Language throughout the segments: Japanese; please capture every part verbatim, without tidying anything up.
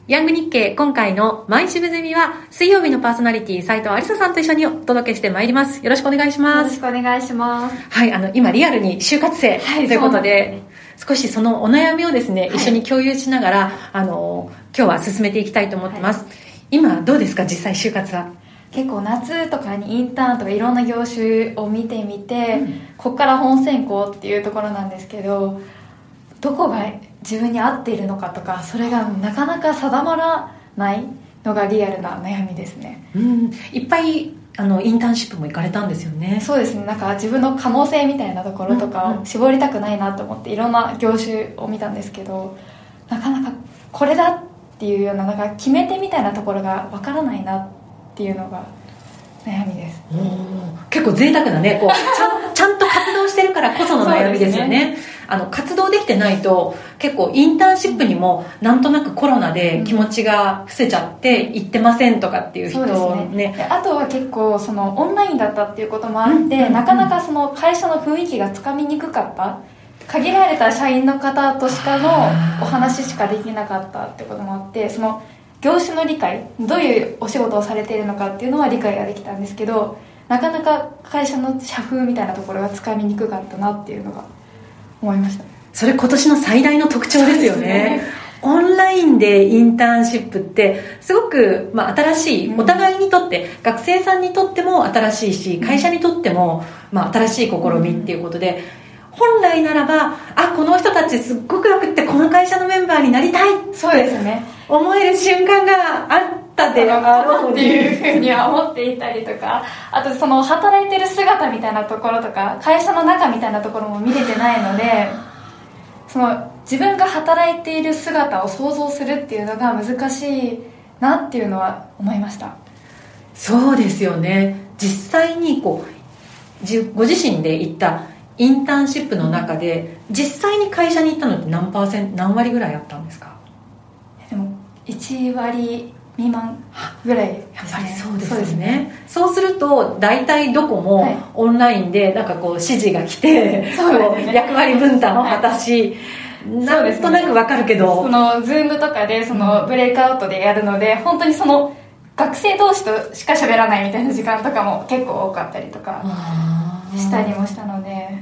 ヤング日経、今回の毎週ゼミは水曜日のパーソナリティ斉藤有沙さんと一緒にお届けしてまいります。よろしくお願いします。 よろしくお願いします。 はい、あの今リアルに就活生ということで、はい、少しそのお悩みをですね、はい、一緒に共有しながらあの今日は進めていきたいと思ってます。はい、今どうですか、実際就活は。 結構夏とかにインターンとかいろんな業種を見てみて、うん、ここから本選考っていうところなんですけど、どこが自分に合っているのかとか、それがなかなか定まらないのがリアルな悩みですね。 うん、いっぱいあのインターンシップも行かれたんですよね。 そうですね。なんか自分の可能性みたいなところとかを絞りたくないなと思っていろんな業種を見たんですけど、なかなかこれだっていうような、なんか決め手みたいなところがわからないなっていうのが悩みです。 お、結構贅沢なね、こうちゃん、ちゃんと活動してるからこその悩みですよね。あの活動できてないと結構インターンシップにもなんとなくコロナで気持ちが伏せちゃって行ってませんとかっていう人、 そうですね。あとは結構そのオンラインだったっていうこともあって、うんうんうん、なかなかその会社の雰囲気がつかみにくかった、限られた社員の方としかのお話しかできなかったってこともあって、その業種の理解、どういうお仕事をされているのかっていうのは理解ができたんですけど、なかなか会社の社風みたいなところがつかみにくかったなっていうのが思いました。 それ今年の最大の特徴ですよ ね, ねオンラインでインターンシップってすごく、まあ、新しい、お互いにとって、うん、学生さんにとっても新しいし、会社にとっても、まあ、新しい試みっていうことで、うん、本来ならば、あ、この人たちすっごくよくってこの会社のメンバーになりたい、 そうですね、 思える瞬間があったであろうっていうふうには思っていたりとか、あとその働いてる姿みたいなところとか、会社の中みたいなところも見れてないので、その自分が働いている姿を想像するっていうのが難しいなっていうのは思いました。 そうですよね。実際にこうご自身で行ったインターンシップの中で実際に会社に行ったのって何パーセント、何割ぐらいあったんですか？ でもいち割未満ぐらいですね。 やっぱりそうですね。そうですね。そうすると大体どこもオンラインでなんかこう指示が来て、はい、役割分担を果たし、はい、なんとなくわかるけど、 そのズームとかでそのブレイクアウトでやるので、うん、本当にその学生同士としか喋らないみたいな時間とかも結構多かったりとかしたりもしたので、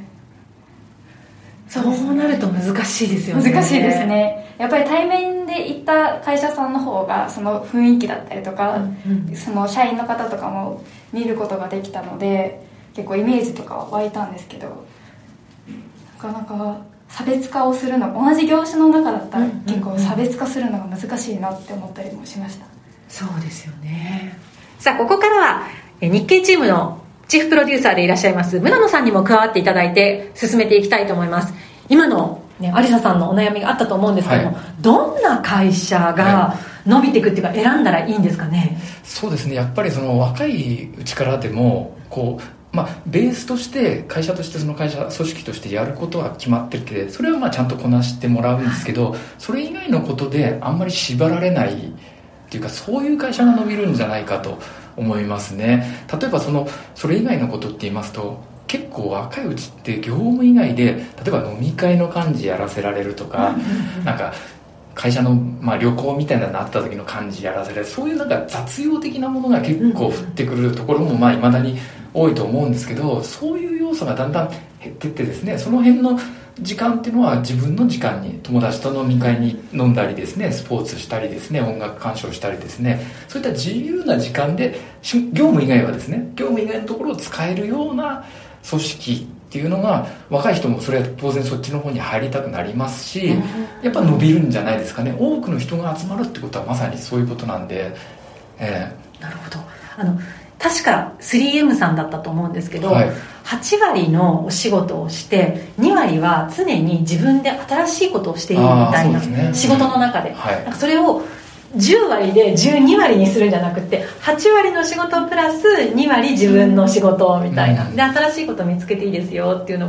そうなると難しいですよね。 難しいですね。やっぱり対面で行った会社さんの方がその雰囲気だったりとか、うんうん、その社員の方とかも見ることができたので、結構イメージとかは湧いたんですけど、なかなか差別化をするの、同じ業種の中だったら結構差別化するのが難しいなって思ったりもしました。 そうですよね。さあ、ここからは日経チームのチーフプロデューサーでいらっしゃいます村野さんにも加わっていただいて進めていきたいと思います。今の、ね、有沙さんのお悩みがあったと思うんですけども、はい、どんな会社が伸びていくっていうか選んだらいいんですかね？ そうですね、やっぱりその若いうちからでもこう、まあ、ベースとして会社としてその会社組織としてやることは決まってるけど、それはまあちゃんとこなしてもらうんですけど、それ以外のことであんまり縛られないっていうか、そういう会社が伸びるんじゃないかと思いますね。例えばそのそれ以外のことって言いますと、結構若いうちって業務以外で例えば飲み会の幹事やらせられるとか、なんか会社の、まあ、旅行みたいなのあった時の幹事やらせられる、そういうなんか雑用的なものが結構降ってくるところもまあ未だに多いと思うんですけど、そういう要素がだんだん減ってってですね、その辺の時間っていうのは自分の時間に友達と飲み会に飲んだりですね、スポーツしたりですね、音楽鑑賞したりですね、そういった自由な時間で業務以外はですね、業務以外のところを使えるような組織っていうのが、若い人もそれは当然そっちの方に入りたくなりますし、やっぱ伸びるんじゃないですかね。多くの人が集まるってことはまさにそういうことなんで、えー、なるほど。あの確か スリーエム さんだったと思うんですけど、 はい、 はち割のお仕事をしてに割は常に自分で新しいことをしているみたいな、ね、仕事の中で、はい、なんかそれをじゅう割でじゅうに割にするんじゃなくて、はち割の仕事プラスに割自分の仕事みたいな、うん、で新しいことを見つけていいですよっていうのが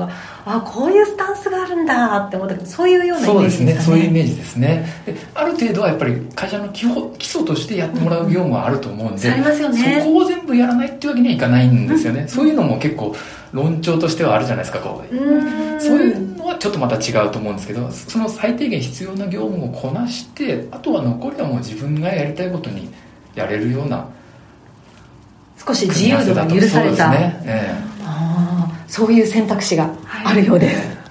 あこういうスタンスがあるんだって思ったけど、そういうようなイメージですかね。 そうですね、そういうイメージですね。である程度はやっぱり会社の基本基礎としてやってもらう業務はあると思うんで、 ありますよね、 そこを全部やらないっていうわけにはいかないんですよね、うん、そういうのも結構論調としてはあるじゃないですか。こううんそういうのはちょっとまた違うと思うんですけど、その最低限必要な業務をこなして、あとは残りはもう自分がやりたいことにやれるような、 少し自由度が許された、そうですね、ええ、あそういう選択肢があるようです、はい。